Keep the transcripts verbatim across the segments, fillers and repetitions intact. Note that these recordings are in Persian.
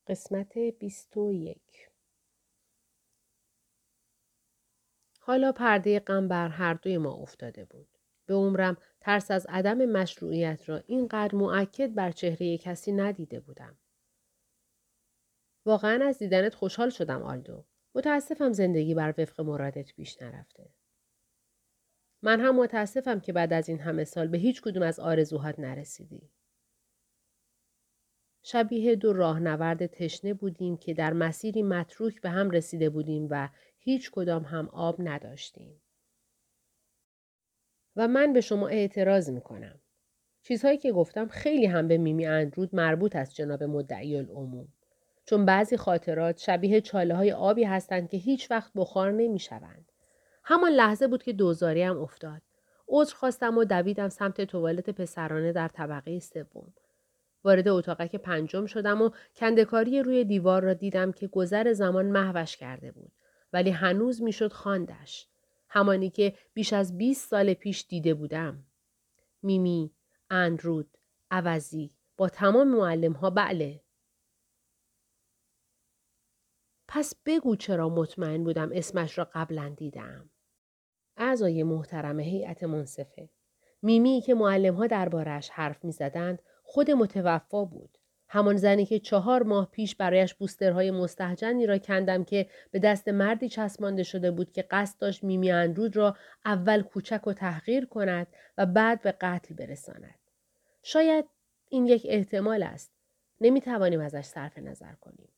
قسمت بیست و یک. حالا پرده غم بر هر دوی ما افتاده بود. به عمرم ترس از عدم مشروعیت را اینقدر مؤکد بر چهره کسی ندیده بودم. واقعا از دیدنت خوشحال شدم آلدو. متاسفم زندگی بر وفق مرادت پیش نرفته. من هم متاسفم که بعد از این همه سال به هیچ کدوم از آرزوهات نرسیدی. شبیه دو راهنورد تشنه بودیم که در مسیری متروک به هم رسیده بودیم و هیچ کدام هم آب نداشتیم. و من به شما اعتراض میکنم. چیزهایی که گفتم خیلی هم به میمی اندرود مربوط است جناب مدعی العموم. چون بعضی خاطرات شبیه چاله های آبی هستند که هیچ وقت بخار نمی شوند. همان لحظه بود که دوزاری هم افتاد. عذر خواستم و دویدم سمت توالت پسرانه در طبقه سوم. وارد اتاقک پنجم شدم و کنده‌کاری روی دیوار را دیدم که گذر زمان محوش کرده بود. ولی هنوز میشد خواندش. همانی که بیش از بیست سال پیش دیده بودم. میمی، اندرود، عوضی، با تمام معلم ها بله. پس بگو چرا مطمئن بودم اسمش را قبلا دیدم. اعضای محترم هیئت منصفه. میمی که معلم ها دربارش حرف می زدند خود متوفا بود. همان زنی که چهار ماه پیش برایش بوسترهای مستهجنی را کندم که به دست مردی چسبانده شده بود که قصد داشت میمی اندرود را اول کوچک و تحقیر کند و بعد به قتل برساند. شاید این یک احتمال است. نمی توانیم ازش صرف نظر کنیم.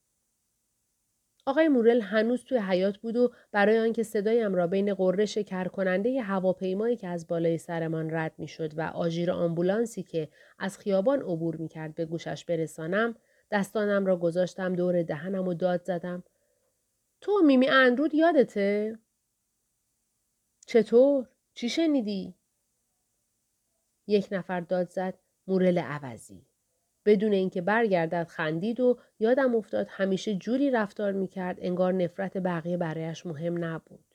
آقای مورل هنوز توی حیاط بود و برای آنکه صدایم را بین قررش کرکننده هواپیمایی که از بالای سرمان رد میشد و آژیر آمبولانسی که از خیابان عبور میکرد به گوشش برسانم، دستانم را گذاشتم دور دهنم و داد زدم. تو میمی اندرود یادته؟ چطور؟ چی شنیدی؟ یک نفر داد زد. مورل عوضی. بدون اینکه برگردد خندید و یادم افتاد همیشه جوری رفتار میکرد انگار نفرت بقیه برایش مهم نبود.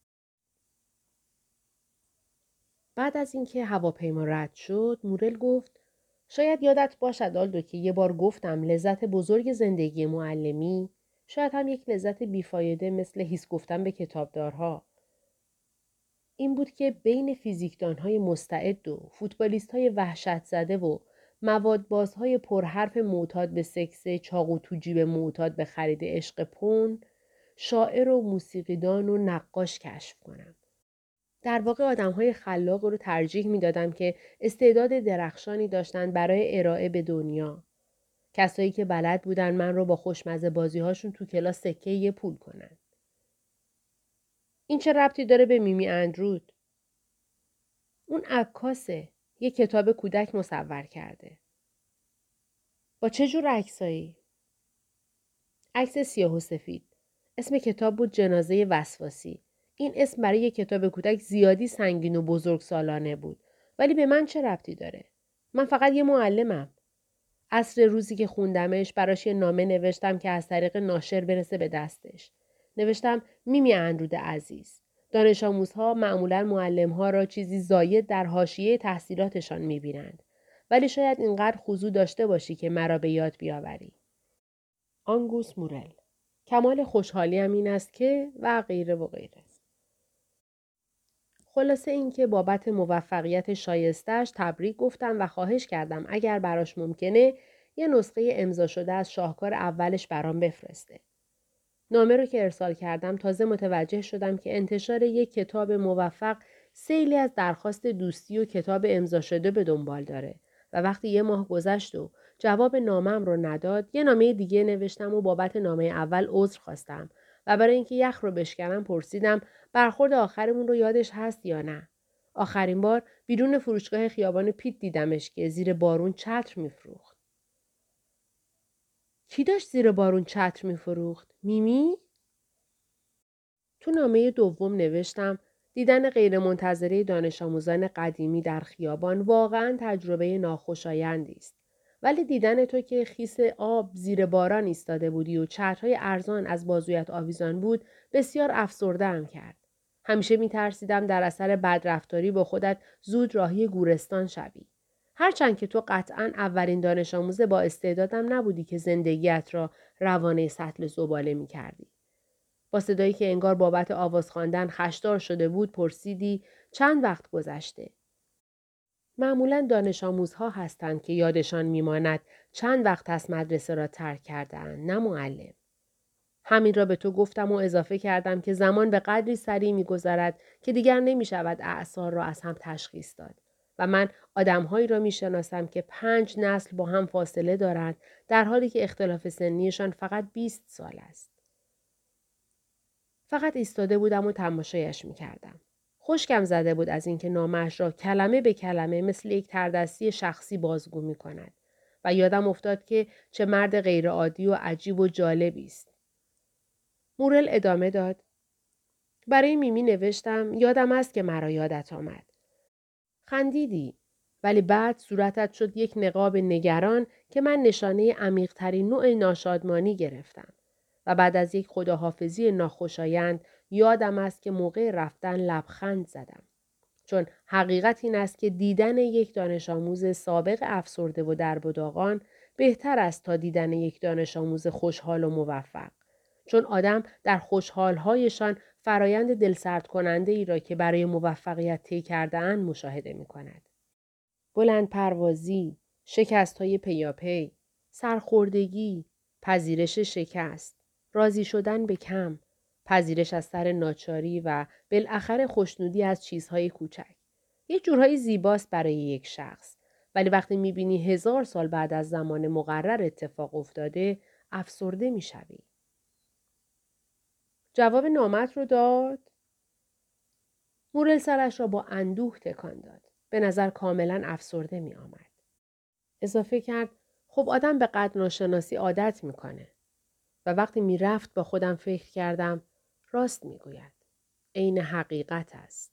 بعد از اینکه هواپیما رد شد مورل گفت شاید یادت باشد آلدو که یه بار گفتم لذت بزرگ زندگی معلمی شاید هم یک لذت بیفایده مثل هیس گفتن به کتابدارها. این بود که بین فیزیکدانهای مستعد و فوتبالیستهای وحشت زده و مواد بازهای پرحرف معتاد به سکس چاقو تو جیب معتاد به خرید عشق پون، شاعر و موسیقیدان و نقاش کشف کنم. در واقع آدمهای خلاق رو ترجیح می دادم که استعداد درخشانی داشتن برای ارائه به دنیا. کسایی که بلد بودن من رو با خوشمزه بازیهاشون تو کلاس سکه یه پول کنن. این چه ربطی داره به میمی اندرود؟ اون عکاسه. یه کتاب کودک مصور کرده. با چه جور عکسایی؟ عکس سیاه و سفید. اسم کتاب بود جنازه وسواسی. این اسم برای یک کتاب کودک زیادی سنگین و بزرگ سالانه بود. ولی به من چه ربطی داره؟ من فقط یه معلمم. عصر روزی که خوندمش براش یه نامه نوشتم که از طریق ناشر برسه به دستش. نوشتم میمی اندرود عزیز. دانش آموزها معمولاً معلم‌ها را چیزی زاید در حاشیه تحصیلاتشان می‌بینند. ولی شاید اینقدر خضوع داشته باشی که مرا به یاد بیاوری. آنگوس مورل. کمال خوشحالیم این است که و غیره و غیره. خلاصه این که بابت موفقیت شایستش تبریک گفتم و خواهش کردم اگر براش ممکنه یه نسخه امضا شده از شاهکار اولش برام بفرسته. نامه رو که ارسال کردم تازه متوجه شدم که انتشار یک کتاب موفق سیلی از درخواست دوستی و کتاب امضا شده به دنبال داره و وقتی یه ماه گذشت و جواب نامم رو نداد یه نامه دیگه نوشتم و بابت نامه اول عذر خواستم و برای اینکه یخ رو بشکنم پرسیدم برخورد آخرمون رو یادش هست یا نه. آخرین بار بیرون فروشگاه خیابان پیت دیدمش که زیر بارون چتر میفروخت. کی داشت زیر بارون چتر میفروخت؟ میمی؟ تو نامه دوم نوشتم دیدن غیرمنتظره دانش آموزان قدیمی در خیابان واقعاً تجربه ناخوشایندی است. ولی دیدن تو که خیس آب زیر باران ایستاده بودی و چترهای ارزان از بازویت آویزان بود بسیار افسرده‌ام کرد. همیشه می‌ترسیدم در اثر بدرفتاری با خودت زود راهی گورستان شوی. هرچند که تو قطعاً اولین دانش آموز با استعدادم نبودی که زندگیت را روانه سطل زباله می کردی. با صدایی که انگار بابت آواز خواندن خشدار شده بود پرسیدی چند وقت گذشته؟ معمولاً دانش آموزها هستند که یادشان میماند چند وقت از مدرسه را ترک کرده‌اند، نه معلم. همین را به تو گفتم و اضافه کردم که زمان به قدری سریع می‌گذرد که دیگر نمی‌شود اعصار را از هم تشخیص داد و من آدم‌هایی را می‌شناسم که پنج نسل با هم فاصله دارند در حالی که اختلاف سنیشان فقط بیست سال است. فقط ایستاده بودم و تماشایش می‌کردم. خشکم زده بود از اینکه نامش را کلمه به کلمه مثل یک تردستی شخصی بازگو می‌کند و یادم افتاد که چه مرد غیرعادی و عجیب و جالبی است. مورل ادامه داد. برای میمی نوشتم یادم است که مرا یادت آمد. خندیدی ولی بعد صورتت شد یک نقاب نگران که من نشانه عمیق‌ترین نوع ناشادمانی گرفتم و بعد از یک خداحافظی ناخوشایند یادم است که موقع رفتن لبخند زدم. چون حقیقت این است که دیدن یک دانش آموز سابق افسرده و در بداغان بهتر است تا دیدن یک دانش آموز خوشحال و موفق. چون آدم در خوشحال‌هایشان فرایند دلسرد کننده ای را که برای موفقیت طی کرده‌اند مشاهده می کند. بلند پروازی، شکست های پیاپی، سرخوردگی، پذیرش شکست، راضی شدن به کم، پذیرش از سر ناچاری و بالاخره خوشنودی از چیزهای کوچک. یک جورهای زیباست برای یک شخص، ولی وقتی میبینی هزار سال بعد از زمان مقرر اتفاق افتاده، افسرده میشوی. جواب نامت رو داد؟ مورل سرش را با اندوه تکان داد. به نظر کاملا افسرده می آمد. اضافه کرد خب آدم به قدر ناشناسی عادت میکنه. و وقتی می رفت با خودم فکر کردم راست می گوید. عین حقیقت است.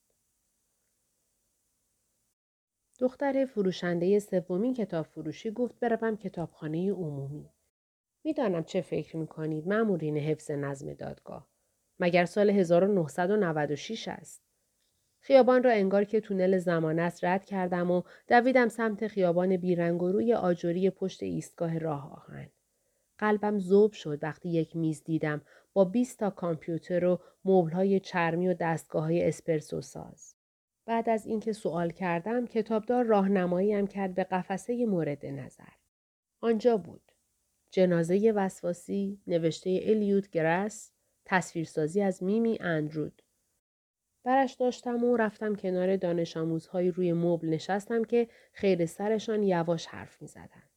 دختر فروشنده سومین کتاب فروشی گفت بروم کتابخانه عمومی. میدانم چه فکر می کنید مامورین حفظ نظم دادگاه. مگر سال هزار و نهصد و نود و شش است. خیابان را انگار که تونل زمان است رد کردم و دویدم سمت خیابان بیرنگ و روی آجری پشت ایستگاه راه آهن. قلبم ذوب شد وقتی یک میز دیدم با بیست تا کامپیوتر و مبل‌های چرمی و دستگاه‌های اسپرسو ساز. بعد از اینکه سوال کردم کتابدار راهنماییم کرد به قفسه مورد نظر. آنجا بود. جنازه وسواسی نوشته الیوت گراس، تصویرسازی از میمی اندرود. برش داشتم و رفتم کنار دانش آموزهای روی مبل نشستم که خیر سرشان یواش حرف می زدند.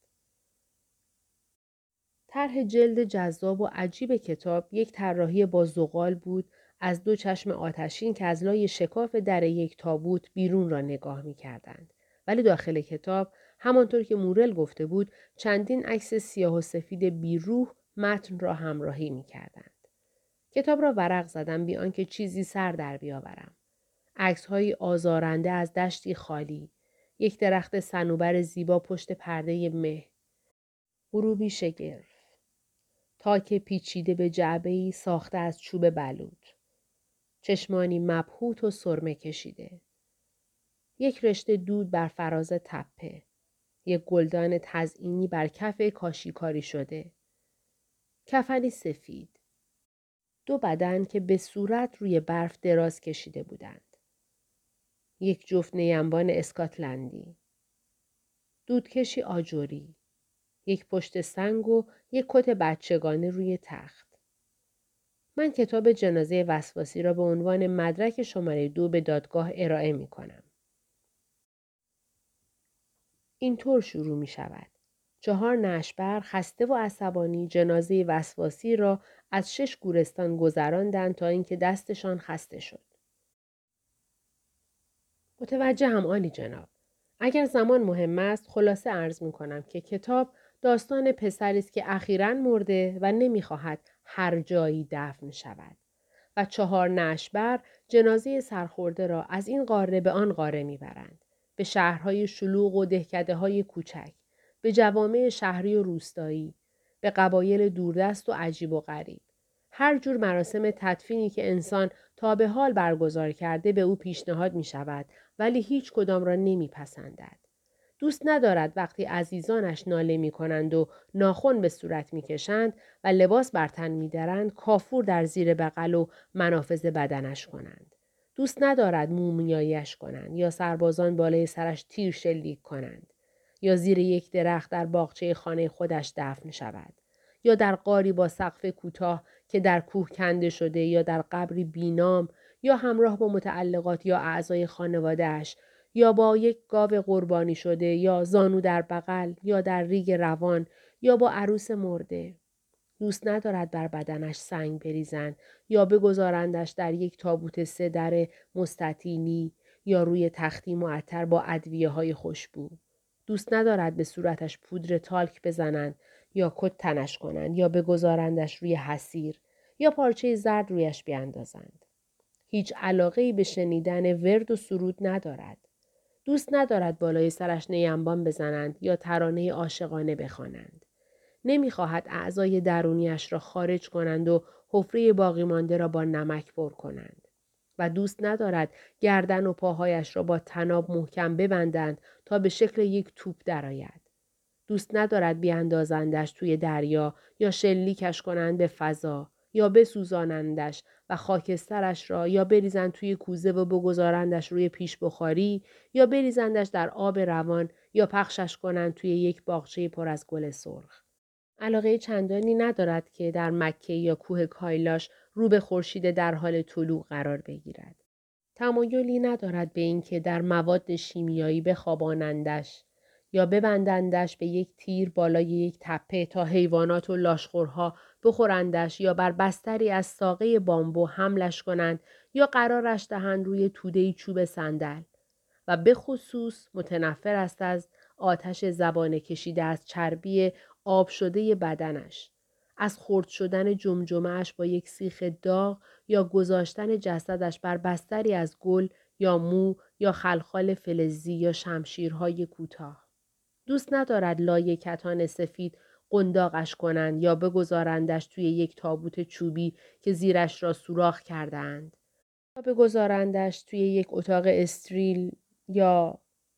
طرح جلد جذاب و عجیب کتاب یک طراحی با زغال بود از دو چشم آتشین که از لای شکاف در یک تابوت بیرون را نگاه می کردند. ولی داخل کتاب همانطور که مورل گفته بود چندین عکس سیاه و سفید بیروح متن را همراهی می کردند. کتاب را ورق زدم بی آنکه چیزی سر در بیاورم. عکس‌های آزارنده از دشتی خالی، یک درخت صنوبر زیبا پشت پرده مه، غروبی شگرف، تاک پیچیده به جعبه‌ای ساخته از چوب بلوط، چشمانی مبهوت و سرمه کشیده، یک رشته دود بر فراز تپه، یک گلدان تزئینی بر کف کاشیکاری شده، کفنی سفید، دو بدن که به صورت روی برف دراز کشیده بودند. یک جفت نیمبان اسکاتلندی. دودکشی آجوری. یک پشت سنگ و یک کت بچگانه روی تخت. من کتاب جنازه وسواسی را به عنوان مدرک شماره دو به دادگاه ارائه می کنم. اینطور شروع می شود. چهار نشبر خسته و عصبانی جنازه وسواسی را از شش گورستان گذراندند تا اینکه دستشان خسته شد. متوجه هم عالی جناب. اگر زمان مهم است خلاصه عرض می کنم که کتاب داستان پسری است که اخیراً مرده و نمی‌خواهد هر جایی دفن شود و چهار نشبر جنازه سرخورده را از این قاره به آن قاره میبرند، به شهرهای شلوغ و دهکده‌های کوچک، به جوامع شهری و روستایی، به قبایل دوردست و عجیب و غریب. هر جور مراسم تدفینی که انسان تا به حال برگزار کرده به او پیشنهاد می شود ولی هیچ کدام را نمی پسندد. دوست ندارد وقتی عزیزانش ناله می کنند و ناخن به صورت می کشند و لباس بر تن می درند کافور در زیر بغل و منافذ بدنش کنند. دوست ندارد مومیایی‌اش کنند یا سربازان بالای سرش تیر شلیک کنند یا زیر یک درخت در باغچه خانه خودش دفن شود یا در غاری با سقف کوتاه که در کوه کنده شده یا در قبری بینام یا همراه با متعلقات یا اعضای خانواده‌اش یا با یک گاو قربانی شده یا زانو در بغل یا در ریگ روان یا با عروس مرده. دوست ندارد بر بدنش سنگ بریزند یا بگذارندش در یک تابوت سه در مستطیلی یا روی تختی معطر با ادویه‌های خوشبو. دوست ندارد به صورتش پودر تالک بزنند یا کت تنش کنند یا بگذارندش روی حسیر یا پارچه زرد رویش بیاندازند. هیچ علاقه‌ای به شنیدن ورد و سرود ندارد. دوست ندارد بالای سرش نیمبان بزنند یا ترانه عاشقانه بخوانند. نمی‌خواهد اعضای درونیش را خارج کنند و حفره باقی مانده را با نمک پر کنند. و دوست ندارد گردن و پاهایش را با طناب محکم ببندند تا به شکل یک توپ درآید. دوست ندارد بیاندازندش توی دریا یا شلیکش کنند به فضا یا بسوزانندش و خاکسترش را یا بریزند توی کوزه و بگذارندش روی پیش بخاری یا بریزندش در آب روان یا پخشش کنند توی یک باغچه پر از گل سرخ. علاقه چندانی ندارد که در مکه یا کوه کایلاش رو به خورشید در حال طلوع قرار بگیرد. تمایلی ندارد به اینکه در مواد شیمیایی بخوابانندش یا ببندندش به یک تیر بالای یک تپه تا حیوانات و لاشخورها بخورندش یا بر بستری از ساقه بامبو حملش کنند یا قرارش دهند روی توده‌ای چوب صندل و به خصوص متنفر است از آتش زبانه کشیده از چربی آب شده بدنش، از خرد شدن جمجمه‌اش با یک سیخ داغ یا گذاشتن جسدش بر بستری از گل یا مو یا خلخال فلزی یا شمشیرهای کوتاه. دوست ندارد لای کتان سفید قنداقش کنند یا بگذارندش توی یک تابوت چوبی که زیرش را سوراخ کردند یا بگذارندش توی یک اتاق استریل یا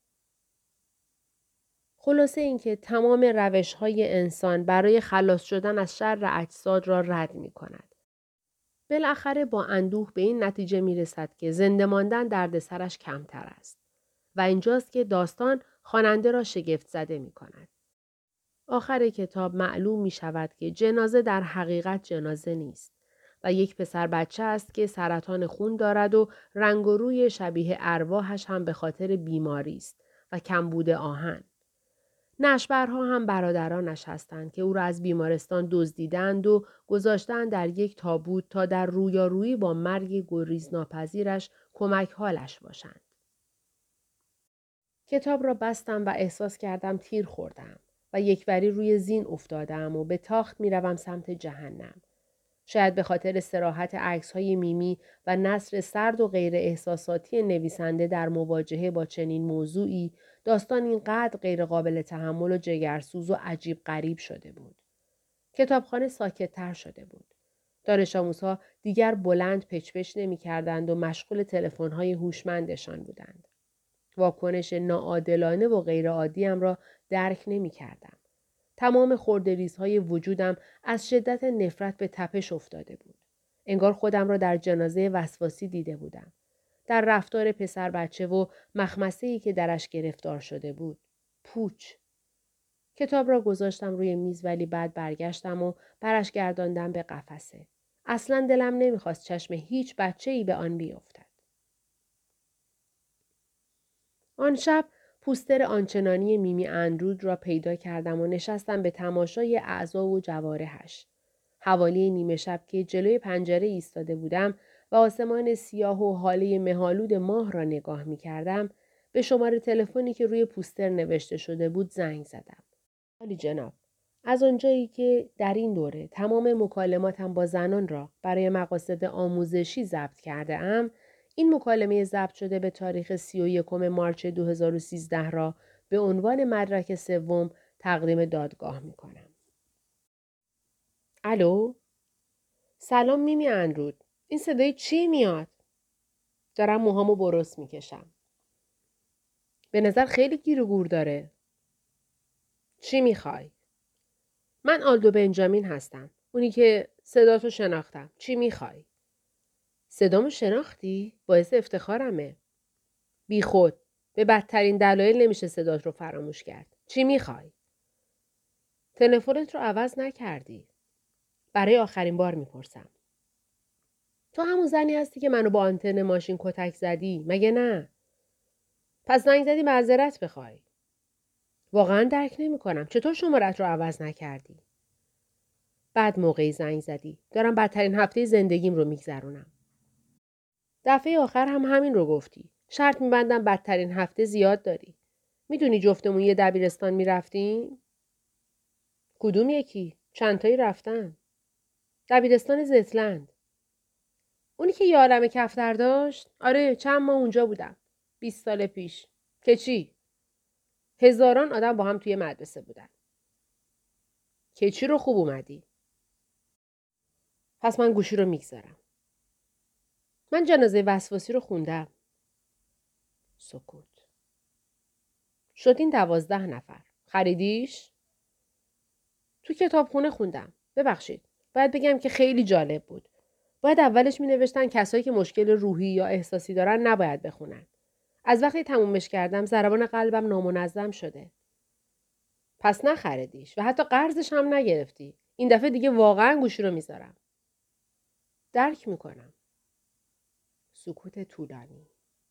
خلاصه اینکه تمام روش‌های انسان برای خلاص شدن از شر اجساد را رد می کند. بالاخره با اندوه به این نتیجه می رسد که زنده ماندن دردسرش کمتر است. و اینجاست که داستان خواننده را شگفت زده می کند. آخر کتاب معلوم می شود که جنازه در حقیقت جنازه نیست و یک پسر بچه است که سرطان خون دارد و رنگ و روی شبیه ارواحش هم به خاطر بیماری است و کمبود آهن. نشبرها هم برادرانش هستند که او را از بیمارستان دزدیدند و گذاشتند در یک تابوت تا در رویارویی با مرگ گریزناپذیرش کمک حالش باشند. کتاب را بستم و احساس کردم تیر خوردم و یکوری روی زین افتادم و به تاخت می روم سمت جهنم. شاید به خاطر صراحت عکس‌های میمی و نثر سرد و غیر احساساتی نویسنده در مواجهه با چنین موضوعی، داستان اینقدر غیر قابل تحمل و جگرسوز و عجیب غریب شده بود. کتابخانه ساکت‌تر شده بود. دانش آموزها دیگر بلند پچ‌پچ نمی‌کردند و مشغول تلفن‌های هوشمندشان بودند. واکنش ناعادلانه و غیرعادیم را درک نمی‌کردم. تمام خرده‌ریزهای وجودم از شدت نفرت به تپش افتاده بود. انگار خودم را در جنازه وسواسی دیده بودم. در رفتار پسر بچه و مخمسه‌ای که درش گرفتار شده بود. پوچ. کتاب را گذاشتم روی میز ولی بعد برگشتم و برش گرداندم به قفسه. اصلاً دلم نمیخواست چشم هیچ بچه‌ای به آن بیفتد. آن شب پوستر آنچنانی میمی اندرود را پیدا کردم و نشستم به تماشای اعضا و جوارحش. حوالی نیمه شب که جلوی پنجره ایستاده بودم و آسمان سیاه و حاله مه‌آلود ماه را نگاه می کردم، به شماره تلفنی که روی پوستر نوشته شده بود زنگ زدم. عالی جناب، از آنجایی که در این دوره تمام مکالماتم با زنان را برای مقاصد آموزشی ضبط کرده ام، این مکالمه ضبط شده به تاریخ سی و یکم مارچ دو هزار و سیزده را به عنوان مدرک سوم تقدیم دادگاه می کنم. الو؟ سلام میمی اندرود. این صدای چی میاد؟ دارم موهامو برس میکشم. به نظر خیلی گیر و گور داره. چی میخوای؟ من آلدو بنجامین هستم. اونی که صداتو شناختم. چی میخوای؟ صدامو شناختی؟ باعث افتخارمه. بی خود. به بدترین دلایل نمیشه صدات رو فراموش کرد. چی میخوای؟ تلفنت رو عوض نکردی. برای آخرین بار میپرسم. تو همون زنی هستی که منو با آنتن ماشین کتک زدی، مگه نه؟ پس زنگ زدی معذرت بخوای. واقعا درک نمیکنم. چطور شمارت رو عوض نکردی؟ بعد موقعی زنگ زدی. دارم بدترین هفته زندگیم رو میگذرونم. دفعه آخر هم همین رو گفتی. شرط میبندم بدترین هفته زیاد داری. میدونی جفتمون یه دبیرستان میرفتیم؟ کدوم یکی؟ چند تایی رفتن؟ دبیرستان زتلند. اونی که یه عالمه کفتر داشت؟ آره، چند ماه اونجا بودم. بیست سال پیش. که چی؟ هزاران آدم با هم توی مدرسه بودن. که چی رو خوب اومدی؟ پس من گوشی رو میگذارم. من جنازه وسواسی رو خوندم. سکوت. شد این دوازده نفر. خریدیش؟ تو کتابخونه خوندم. ببخشید. باید بگم که خیلی جالب بود. باید اولش می نوشتن کسایی که مشکل روحی یا احساسی دارن نباید بخونن. از وقتی تمومش کردم ضربان قلبم نامنظم شده. پس نخریدیش و حتی قرضش هم نگرفتی. این دفعه دیگه واقعا گوشی رو میذارم. درک میکنم. سکوت طولانی.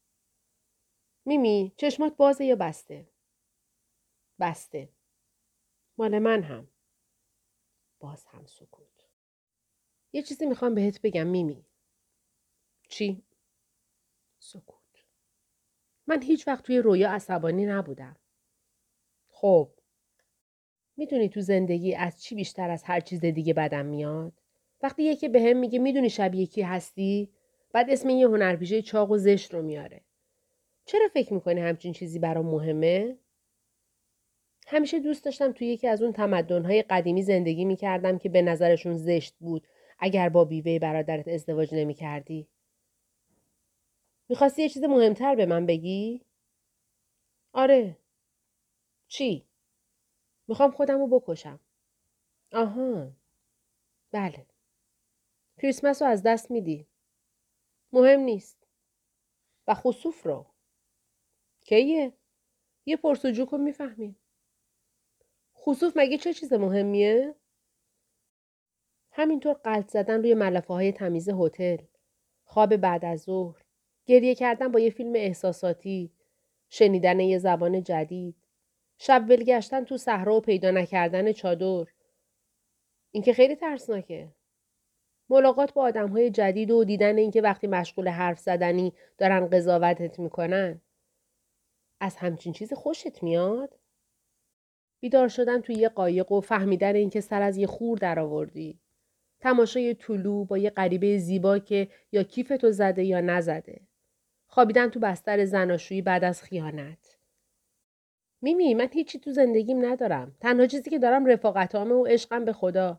میمی، چشمات بازه یا بسته؟ بسته. مال من هم. باز هم سکوت. یه چیزی میخوام بهت بگم میمی. چی؟ سکوت. من هیچ وقت توی رویا عصبانی نبودم. خب. میدونی تو زندگی از چی بیشتر از هر چیز دیگه بدم میاد؟ وقتی یکی بهم میگه میدونی شبیه کی هستی؟ بعد اسم یه هنرپیشه چاق و زشت رو میاره. چرا فکر میکنی همچین چیزی برام مهمه؟ همیشه دوست داشتم توی یکی از اون تمدن‌های قدیمی زندگی میکردم که به نظرشون زشت بود اگر با بیوه برادرت ازدواج نمیکردی. میخواستی یه چیز مهمتر به من بگی؟ آره. چی؟ میخوام خودمو بکشم. آها. بله. کریسمس رو از دست میدی. مهم نیست. و خسوف رو. کیه؟ یه پرسجو کن میفهمیم. خسوف مگه چه چیز مهمیه؟ همینطور غلط زدن روی ملافه های تمیز هتل. خواب بعد از ظهر. گریه کردن با یه فیلم احساساتی. شنیدن یه زبان جدید. شب ول گشتن تو صحرا و پیدا نکردن چادر. این که خیلی ترسناکه. ملاقات با آدم‌های جدید و دیدن اینکه وقتی مشغول حرف زدنی دارن قضاوتت میکنن. از همچین چیز خوشت میاد؟ بیدار شدن توی یه قایق و فهمیدن اینکه سر از یه خور درآوردی. تماشای طلوع با یه غریبه زیبا که یا کیفتو زده یا نزده. خوابیدن تو بستر زناشویی بعد از خیانت. میمی، من هیچی تو زندگیم ندارم. تنها چیزی که دارم رفاقتامه و عشقم به خدا.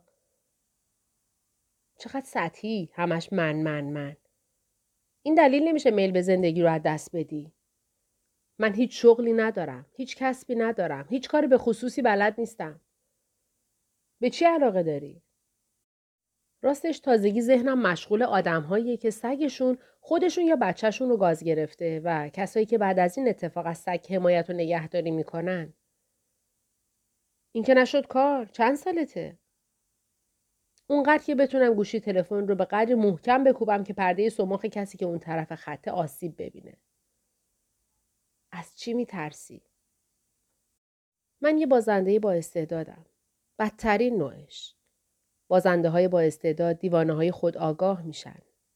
چقدر سطحی، همش من من من. این دلیل نمیشه میل به زندگی رو از دست بدی. من هیچ شغلی ندارم، هیچ کسبی ندارم، هیچ کاری به خصوصی بلد نیستم. به چی علاقه داری؟ راستش تازگی ذهنم مشغول آدم‌هاییه که سگشون خودشون یا بچهشون رو گاز گرفته و کسایی که بعد از این اتفاق از سگ حمایت و نگهداری میکنن. این که نشد کار، چند سالته؟ اونقدر که بتونم گوشی تلفن رو به قدری محکم بکوبم که پرده سماخ کسی که اون طرف خط آسیب ببینه. از چی میترسی؟ من یه بازنده با استعدادم. بدترین نوعش. بازنده های با استعداد دیوانه های خود آگاه میشن.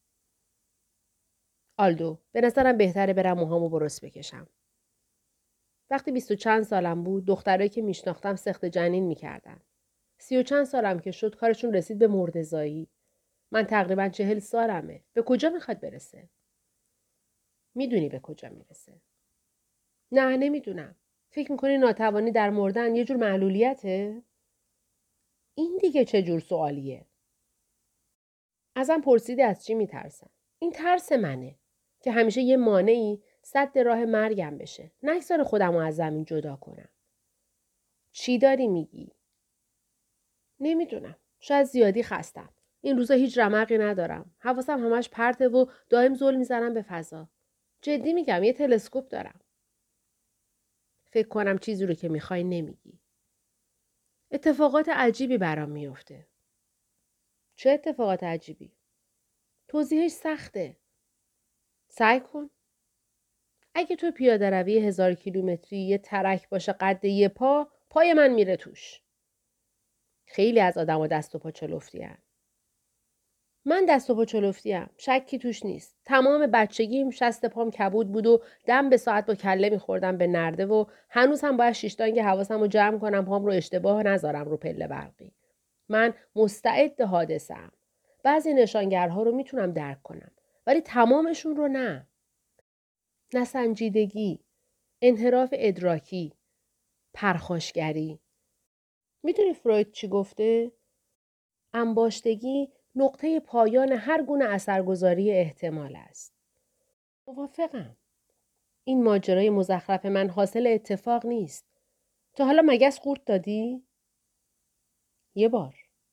آلدو، به نظرم بهتره برم موهامو برس بکشم. وقتی بیست و چند سالم بود، دخترایی که میشناختم سخت جنین میکردن. سی و چند سالم که شد کارشون رسید به مرده‌زایی. من تقریبا چهل سالمه. به کجا میخواد برسه؟ میدونی به کجا میرسه؟ نه، نمیدونم. فکر میکنی ناتوانی در مردن یه جور معلولیته؟ این دیگه چه جور سوالیه؟ ازم پرسیدی از چی میترسم؟ این ترس منه که همیشه یه مانعی سد راه مرگم بشه. نگذار خودم رو از زمین جدا کنم. چی داری میگی؟ نمیدونم. شاید زیادی خستم. این روزا هیچ رمقی ندارم. حواسم همش پرته و دائم زل میزنم به فضا. جدی میگم یه تلسکوپ دارم. فکر کنم چیزی رو که میخوای نمیگی. اتفاقات عجیبی برام میفته. چه اتفاقات عجیبی؟ توضیحش سخته. سعی کن. اگه تو پیاده روی هزار کیلومتری یه ترک باشه قد یه پا، پای من میره توش. خیلی از آدما دست و پا چلفتی‌ان. من دست و پا چلفتی‌ام. شکی توش نیست. تمام بچگیم شست پام کبود بود و دم به ساعت با کله میخوردم به نرده و هنوز هم باید شیشتانگ حواسم رو جمع کنم پام رو اشتباه نذارم رو پله برقی. من مستعد حادثه‌ام. بعضی نشانگرها رو میتونم درک کنم. ولی تمامشون رو نه. نسنجیدگی، انحراف ادراکی، پرخاشگری. میدونی فروید چی گفته؟ انباشتگی نقطه پایان هر گونه اثرگذاری احتمال است. موافقم. این ماجرای مزخرف من حاصل اتفاق نیست. تا حالا مگس قورت دادی؟ یه بار.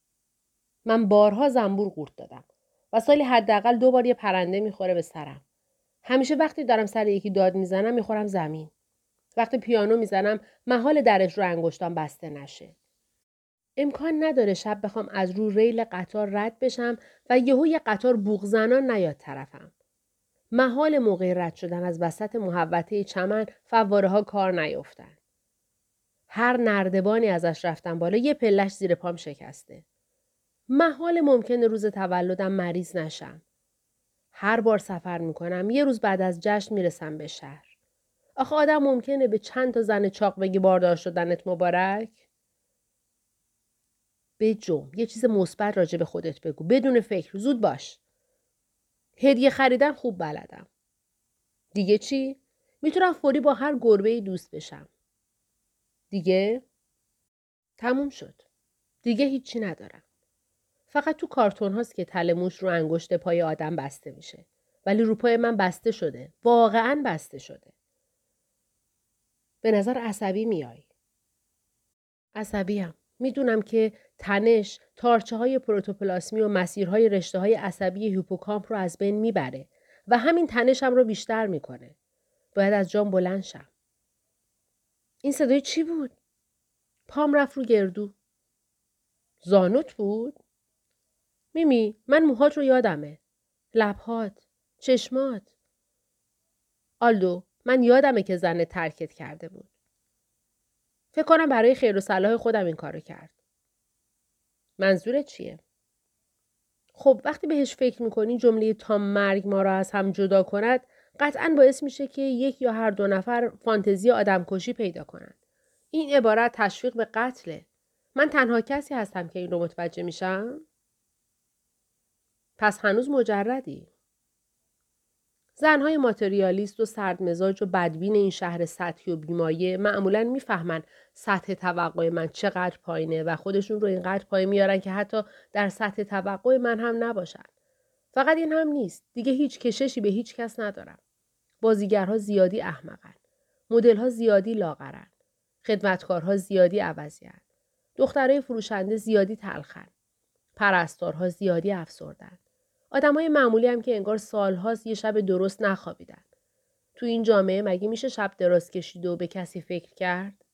من بارها زنبور قورت دادم و سالی حداقل دو بار یه پرنده میخوره به سرم. همیشه وقتی دارم سر یکی داد میزنم میخورم زمین. وقتی پیانو میزنم محال درش رو انگشتام بسته نشه. امکان نداره شب بخوام از رو ریل قطار رد بشم و یهو یه قطار بوق زنان نیاد طرفم. محال موقع رد شدن از وسط محوطه چمن فواره ها کار نیفتن. هر نردبانی ازش رفتم بالا یه پلش زیر پام شکسته. محال ممکنه روز تولدم مریض نشم. هر بار سفر میکنم یه روز بعد از جشن میرسم به شهر. آخه آدم ممکنه به چند تا زن چاق بگی باردار شدنت مبارک؟ بجم. یه چیز مثبت راجع به خودت بگو. بدون فکر. زود باش. هدیه خریدن خوب بلدم. دیگه چی؟ میتونم فوری با هر گربه‌ای دوست بشم. دیگه؟ تموم شد. دیگه هیچی ندارم. فقط تو کارتون هاست که تله موش رو انگشت پای آدم بسته میشه. ولی رو پای من بسته شده. واقعاً بسته شده. به نظر عصبی میای. عصبیم. میدونم که تنش تارچه های پروتوپلاسمی و مسیرهای رشته های عصبی هیپوکامپ رو از بین میبره و همین تنشم رو بیشتر میکنه. باید از جام بلند شم. این صدای چی بود؟ پام رفت رو گردو. زانوت بود؟ میمی، من موهات رو یادمه. لبهات، چشمات. آلدو، من یادمه که زن ترکت کرده بود. فکر کنم برای خیر و صلاح خودم این کارو کرد. منظورت چیه؟ خب وقتی بهش فکر میکنی جمله تا مرگ ما را از هم جدا کند قطعاً باعث میشه که یک یا هر دو نفر فانتزی آدمکشی پیدا کنند. این عبارت تشویق به قتله. من تنها کسی هستم که این رو متوجه میشم؟ پس هنوز مجردی. زنهای ماتریالیست و سردمزاج و بدبین این شهر سطحی و بیمایه معمولاً میفهمن سطح توقع من چقدر پایینه و خودشون رو اینقدر پایین میارن که حتی در سطح توقع من هم نباشن. فقط این هم نیست. دیگه هیچ کششی به هیچ کس ندارم. بازیگرها زیادی احمقن. مدل‌ها زیادی لاغرن. خدمتکارها زیادی عوضی‌ان. دخترای فروشنده زیادی تلخن. پرستارها زیادی افسردن. آدمای معمولی هم که انگار سالهاست یه شب درست نخوابیدن. تو این جامعه مگه میشه شب دراز کشید و به کسی فکر کرد؟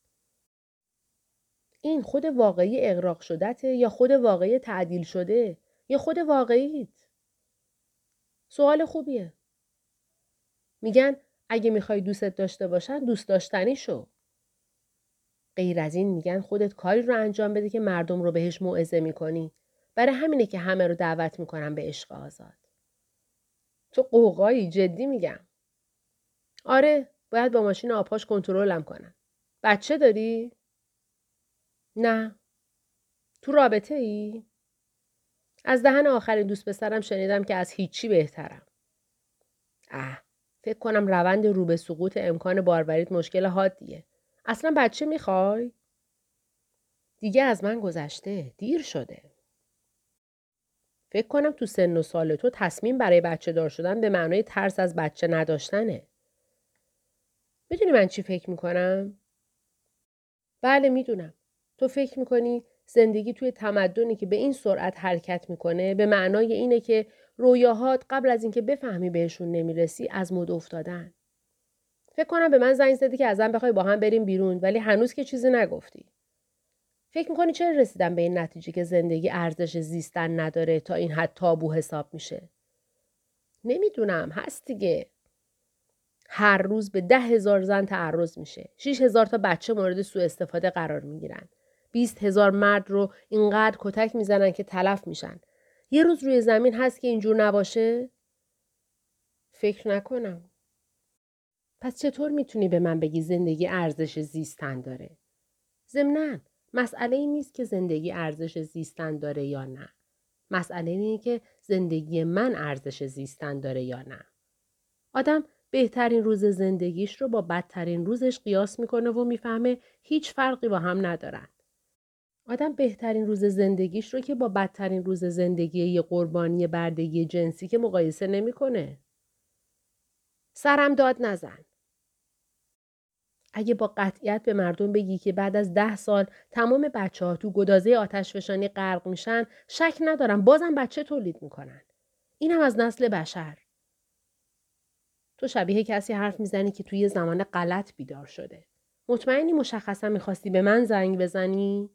این خود واقعی اغراق شدته یا خود واقعی تعدیل شده یا خود واقعیت؟ سوال خوبیه. میگن اگه میخوای دوستت داشته باشن دوست داشتنی شو. غیر از این میگن خودت کاری رو انجام بده که مردم رو بهش موعظه میکنی. برای همینه که همه رو دعوت میکنن به عشق آزاد. تو قوقایی، جدی میگم. آره، باید با ماشین آپاش کنترلم کنم. بچه داری؟ نه. تو رابطه ای؟ از دهن آخرین دوست پسرم شنیدم که از هیچی بهترم. اه، فکر کنم روند رو به سقوط امکان باروریت مشکل حادیه. اصلا بچه میخوای؟ دیگه از من گذشته. دیر شده. فکر کنم تو سن و سال تو تصمیم برای بچه دار شدن به معنای ترس از بچه نداشتنه. میدونی من چی فکر میکنم؟ بله میدونم. تو فکر میکنی زندگی توی تمدنی که به این سرعت حرکت میکنه به معنای اینه که رویاهات قبل از اینکه بفهمی بهشون نمیرسی از مد افتادن. فکر کنم به من زنگ زدی که ازم بخوای با هم بریم بیرون ولی هنوز که چیزی نگفتی. فکر میکنی چرا رسیدم به این نتیجه که زندگی ارزش زیستن نداره تا این حد تابو حساب میشه؟ نمیدونم هست دیگه. هر روز به ده هزار زن تعرض میشه. شش هزار تا بچه مورد سوء استفاده قرار میگیرن. بیست هزار مرد رو اینقدر کتک میزنن که تلف میشن. یه روز روی زمین هست که اینجور نباشه؟ فکر نکنم. پس چطور میتونی به من بگی زندگی ارزش زیستن داره؟ ضمناً مسئله این نیست که زندگی ارزش زیستن داره یا نه. مسئله اینه که زندگی من ارزش زیستن داره یا نه. آدم بهترین روز زندگیش رو با بدترین روزش قیاس میکنه و میفهمه هیچ فرقی با هم ندارن. آدم بهترین روز زندگیش رو که با بدترین روز زندگی یه قربانی بردگی جنسی که مقایسه نمیکنه. سرم داد نزن. اگه با قطعیت به مردم بگی که بعد از ده سال تمام بچه ها تو گدازه آتشفشانی غرق میشن، شک ندارم بازم بچه تولید میکنن. اینم از نسل بشر. تو شبیه کسی حرف میزنی که توی زمان غلط بیدار شده. مطمئنی مشخصا میخواستی به من زنگ بزنی؟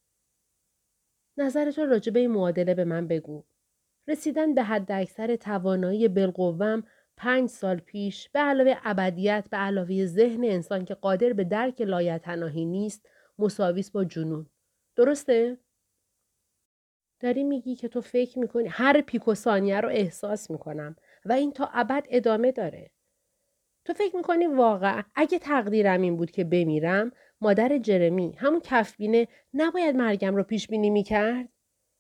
نظرت رو راجع به این معادله به من بگو. رسیدن به حد اکثر توانایی بالقوه‌ام پنج سال پیش به علاوه ابدیت به علاوه ذهن انسان که قادر به درک لایتناهی نیست مساویس با جنون. درسته؟ داری میگی که تو فکر میکنی هر پیک و ثانیه رو احساس میکنم و این تا ابد ادامه داره. تو فکر میکنی واقعا اگه تقدیرم این بود که بمیرم مادر جرمی همون کفبینه نباید مرگم رو پیش بینی میکرد؟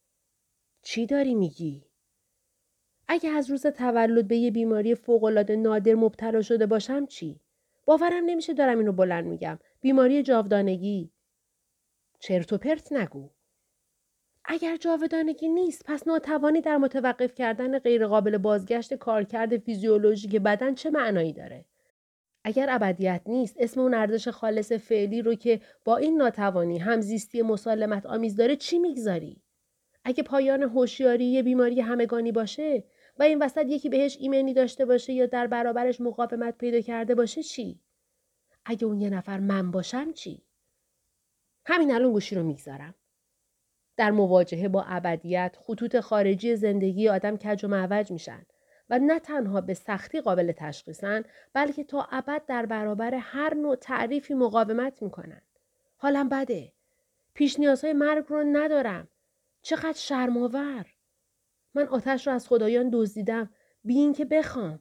چی داری میگی؟ اگه از روز تولد به یه بیماری فوق‌العاده نادر مبتلا شده باشم چی؟ باورم نمیشه دارم اینو بلند میگم. بیماری جاودانگی. چرت و پرت نگو. اگر جاودانگی نیست پس ناتوانی در متوقف کردن غیرقابل بازگشت کارکرد فیزیولوژیک بدن چه معنایی داره؟ اگر ابدیت نیست اسم اون ارزش خالص فعلی رو که با این ناتوانی همزیستی مسالمت آمیز داره چی میگذاری؟ اگه پایان هوشیاری یه بیماری همگانی باشه و این وسط یکی بهش ایمنی داشته باشه یا در برابرش مقاومت پیدا کرده باشه چی؟ اگه اون یه نفر من باشم چی؟ همین الان گوشی رو میگذارم. در مواجهه با ابدیت خطوط خارجی زندگی آدم کج و معوج میشن و نه تنها به سختی قابل تشخیصن بلکه تا ابد در برابر هر نوع تعریفی مقاومت میکنن. حالم بده. پیش نیازهای مرگ رو ندارم. چقدر شرم‌آور. من آتش رو از خدایان دزدیدم بی این که بخوام.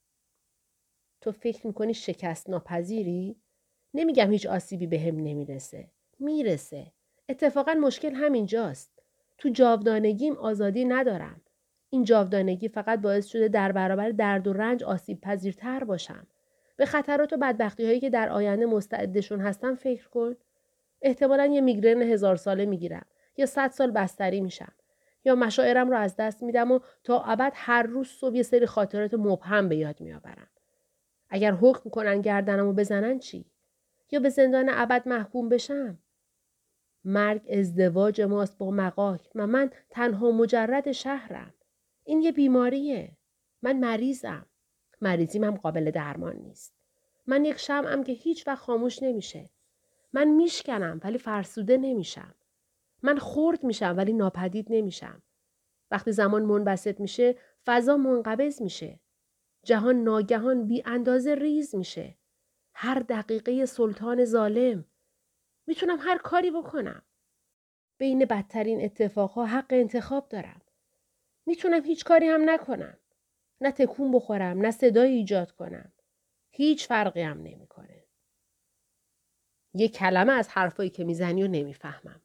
تو فکر میکنی شکست ناپذیری؟ نمیگم هیچ آسیبی به هم نمیرسه. میرسه. اتفاقا مشکل همینجاست. تو جاودانگیم آزادی ندارم. این جاودانگی فقط باعث شده در برابر درد و رنج آسیب پذیرتر باشم. به خطرات و بدبختی هایی که در آینده مستعدشون هستم فکر کن. احتمالاً یه میگرن هزار ساله میگیرم یا صد سال بستری میشم یا مشاعرم رو از دست میدم و تا ابد هر روز صبح یه سری خاطرات مبهم به یاد میآورم. اگر حکم کنن گردنمو بزنن چی؟ یا به زندان ابد محکوم بشم؟ مرگ ازدواج ماست با مقاک و من تنها مجرد شهرم. این یه بیماریه. من مریضم. مریضیم هم قابل درمان نیست. من یک شمعم که هیچ وقت خاموش نمیشه. من میشکنم ولی فرسوده نمیشم. من خرد میشم ولی ناپدید نمیشم. وقتی زمان منبسط میشه فضا منقبض میشه. جهان ناگهان بی اندازه ریز میشه. هر دقیقه سلطان ظالم. میتونم هر کاری بکنم. بین بدترین اتفاقها حق انتخاب دارم. میتونم هیچ کاری هم نکنم. نه تکون بخورم نه صدایی ایجاد کنم. هیچ فرقی هم نمیکنه. یه کلمه از حرفایی که میزنی و نمیفهمم.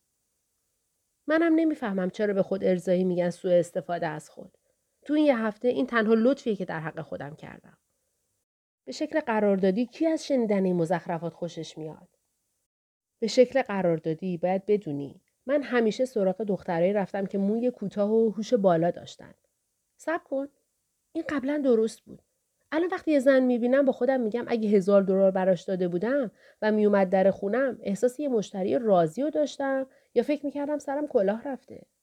منم نمیفهمم چرا به خود ارضایی میگن سوء استفاده از خود. تو این یه هفته این تنها لطفیه که در حق خودم کردم. به شکل قراردادی کی از شنیدن این مزخرفات خوشش میاد؟ به شکل قراردادی باید بدونی من همیشه سراغ دخترایی رفتم که موی کوتاه و هوش بالا داشتن. صبر کن. این قبلا درست بود. الان وقتی یه زن میبینم با خودم میگم اگه هزار دلار براش داده بودم و میومد در خونم احساس یه مشتری راضی رو داشتم یا فکر میکردم سرم کلاه رفته.